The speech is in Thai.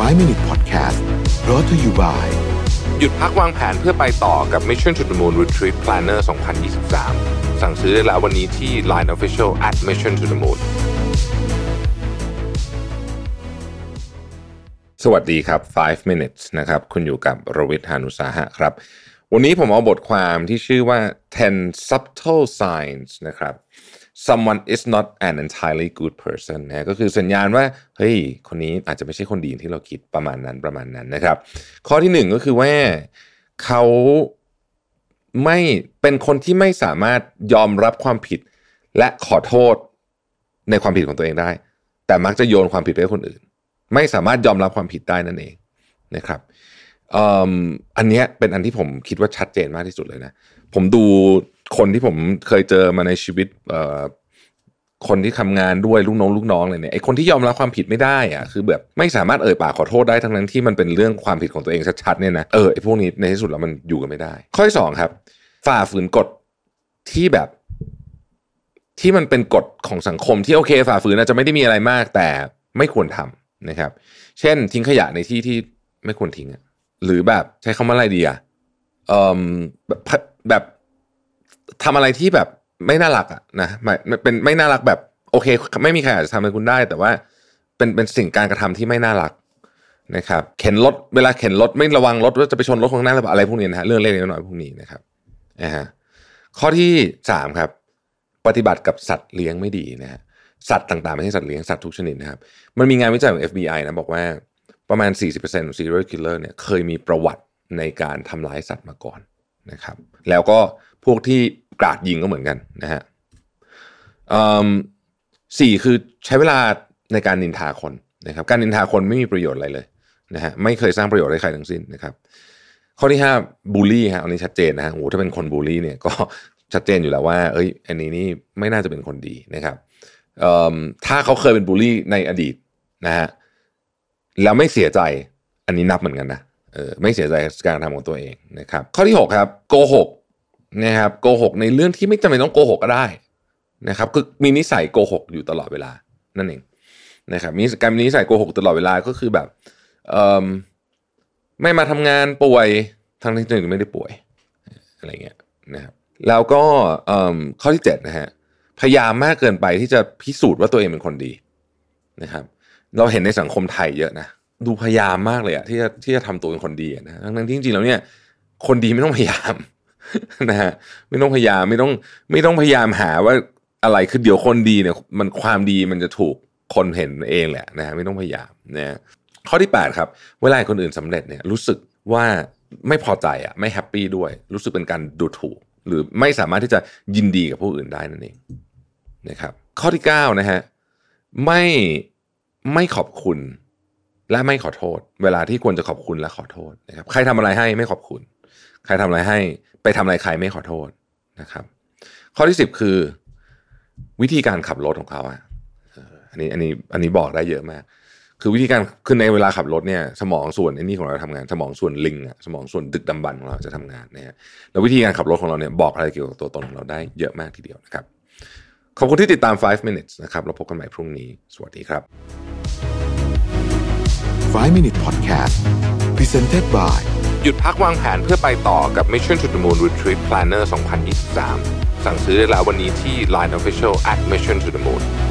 5 Minute Podcast brought to you by หยุดพักวางแผนเพื่อไปต่อกับ Mission to the Moon Retreat Planner 2023 สั่งซื้อได้แล้ววันนี้ที่ Line Official @Mission to the Moon สวัสดีครับ5 minutes นะครับคุณอยู่กับรวิทย์ หาญอุตสาหะครับวันนี้ผมเอาบทความที่ชื่อว่า 10 subtle signs นะครับ someone is not an entirely good person นะก็คือสัญญาณว่าเฮ้ยคนนี้อาจจะไม่ใช่คนดีที่เราคิดประมาณนั้นนะครับข้อที่หนึ่งก็คือว่าเขาไม่เป็นคนที่ไม่สามารถยอมรับความผิดและขอโทษในความผิดของตัวเองได้แต่มักจะโยนความผิดไปให้คนอื่นไม่สามารถยอมรับความผิดได้นั่นเองนะครับอันเนี้ยเป็นอันที่ผมคิดว่าชัดเจนมากที่สุดเลยนะผมดูคนที่ผมเคยเจอมาในชีวิตคนที่ทำงานด้วยลูกน้องเลยเนี่ยไอ้คนที่ยอมรับความผิดไม่ได้อะคือแบบไม่สามารถเอ่ยปากขอโทษได้ทั้งนั้นที่มันเป็นเรื่องความผิดของตัวเองชัดๆเนี่ยนะไอ้พวกนี้ในที่สุดแล้วมันอยู่กันไม่ได้ข้อที่สองครับฝ่าฝืนกฎที่แบบที่มันเป็นกฎของสังคมที่โอเคฝ่าฝืนอาจจะไม่ได้มีอะไรมากแต่ไม่ควรทำนะครับเช่นทิ้งขยะในที่ที่ไม่ควรทิ้งหรือแบบใช้คำว่าอะไรดีแบบทำอะไรที่แบบไม่น่ารักนะเป็นไม่น่ารักแบบโอเคไม่มีใครอาจจะทำให้คุณได้แต่ว่าเป็นสิ่งการกระทำที่ไม่น่ารักนะครับเข็นรถเวลาเข็นรถไม่ระวังรถว่าจะไปชนรถข้างหน้าหรือเปล่าอะไรพวกนี้นะฮะเรื่องเล็กๆน้อยๆพวกนี้นะครับข้อที่3ครับปฏิบัติกับสัตว์เลี้ยงไม่ดีนะฮะสัตว์ต่างๆไม่ใช่สัตว์เลี้ยงสัตว์ทุกชนิดนะครับมันมีงานวิจัยของ FBI นะบอกว่าประมาณ 40% ของ serial killer เนี่ยเคยมีประวัติในการทำร้ายสัตว์มาก่อนนะครับแล้วก็พวกที่กราดยิงก็เหมือนกันนะฮะ4คือใช้เวลาในการนินทาคนนะครับการนินทาคนไม่มีประโยชน์อะไรเลยนะฮะไม่เคยสร้างประโยชน์ให้ใครทั้งสิ้นนะครับข้อที่5บูลลี่ฮะอันนี้ชัดเจนนะฮะโอ้ถ้าเป็นคนบูลลี่เนี่ยก็ชัดเจนอยู่แล้วว่าอันนี้นี่ไม่น่าจะเป็นคนดีนะครับถ้าเขาเคยเป็นบูลลี่ในอดีตนะฮะแล้วไม่เสียใจอันนี้นับเหมือนกันนะไม่เสียใจการทำของตัวเองนะครับข้อที่6ครับโกหกนะครับโกหกในเรื่องที่ไม่จำเป็นต้องโกหกก็ได้นะครับคือมีนิสัยโกหกอยู่ตลอดเวลานั่นเองนะครับมีการมีนิสัยโกหกตลอดเวลาก็คือแบบไม่มาทำงานป่วยทั้งที่ตัวเองไม่ได้ป่วยอะไรเงี้ยนะครับแล้วก็ข้อที่7นะฮะพยายามมากเกินไปที่จะพิสูจน์ว่าตัวเองเป็นคนดีนะครับเราเห็นในสังคมไทยเยอะนะดูพยายามมากเลยอะที่จะทำตัวเป็นคนดีนะทั้งที่จริงๆแล้วเนี่ยคนดีไม่ต้องพยายามนะฮะไม่ต้องพยายามไม่ต้องพยายามหาว่าอะไรคือเดี๋ยวคนดีเนี่ยมันความดีมันจะถูกคนเห็นเองแหละนะฮะไม่ต้องพยายามนะข้อที่8ครับเวลาคนอื่นสำเร็จเนี่ยรู้สึกว่าไม่พอใจอ่ะไม่แฮปปี้ด้วยรู้สึกเป็นการดูถูกหรือไม่สามารถที่จะยินดีกับผู้อื่นได้นั่นเองนะครับข้อที่9นะฮะไม่ขอบคุณและไม่ขอโทษเวลาที่ควรจะขอบคุณและขอโทษนะครับใครทำอะไรให้ไม่ขอบคุณใครทำอะไรให้ไปทำอะไรใครไม่ขอโทษนะครับข้อที่10คือวิธีการขับรถของเขาอันนี้บอกได้เยอะมากคือวิธีการคือในเวลาขับรถเนี่ยสมองส่วนนี้ของเราทำงานสมองส่วนลิงสมองส่วนดึกดำบรรพ์ของเราจะทำงานนะฮะแล้ววิธีการขับรถของเราเนี่ยบอกอะไรเกี่ยวกับตัวตนของเราได้เยอะมากทีเดียวนะครับขอบคุณที่ติดตาม5 minutes นะครับเราพบกันใหม่พรุ่งนี้สวัสดีครับ 5 Minute Podcast Presented by หยุดพักวางแผนเพื่อไปต่อกับ Mission to the Moon Retreat Planner 2023 สั่งซื้อได้แล้ววันนี้ที่ Line Official @Mission to the Moon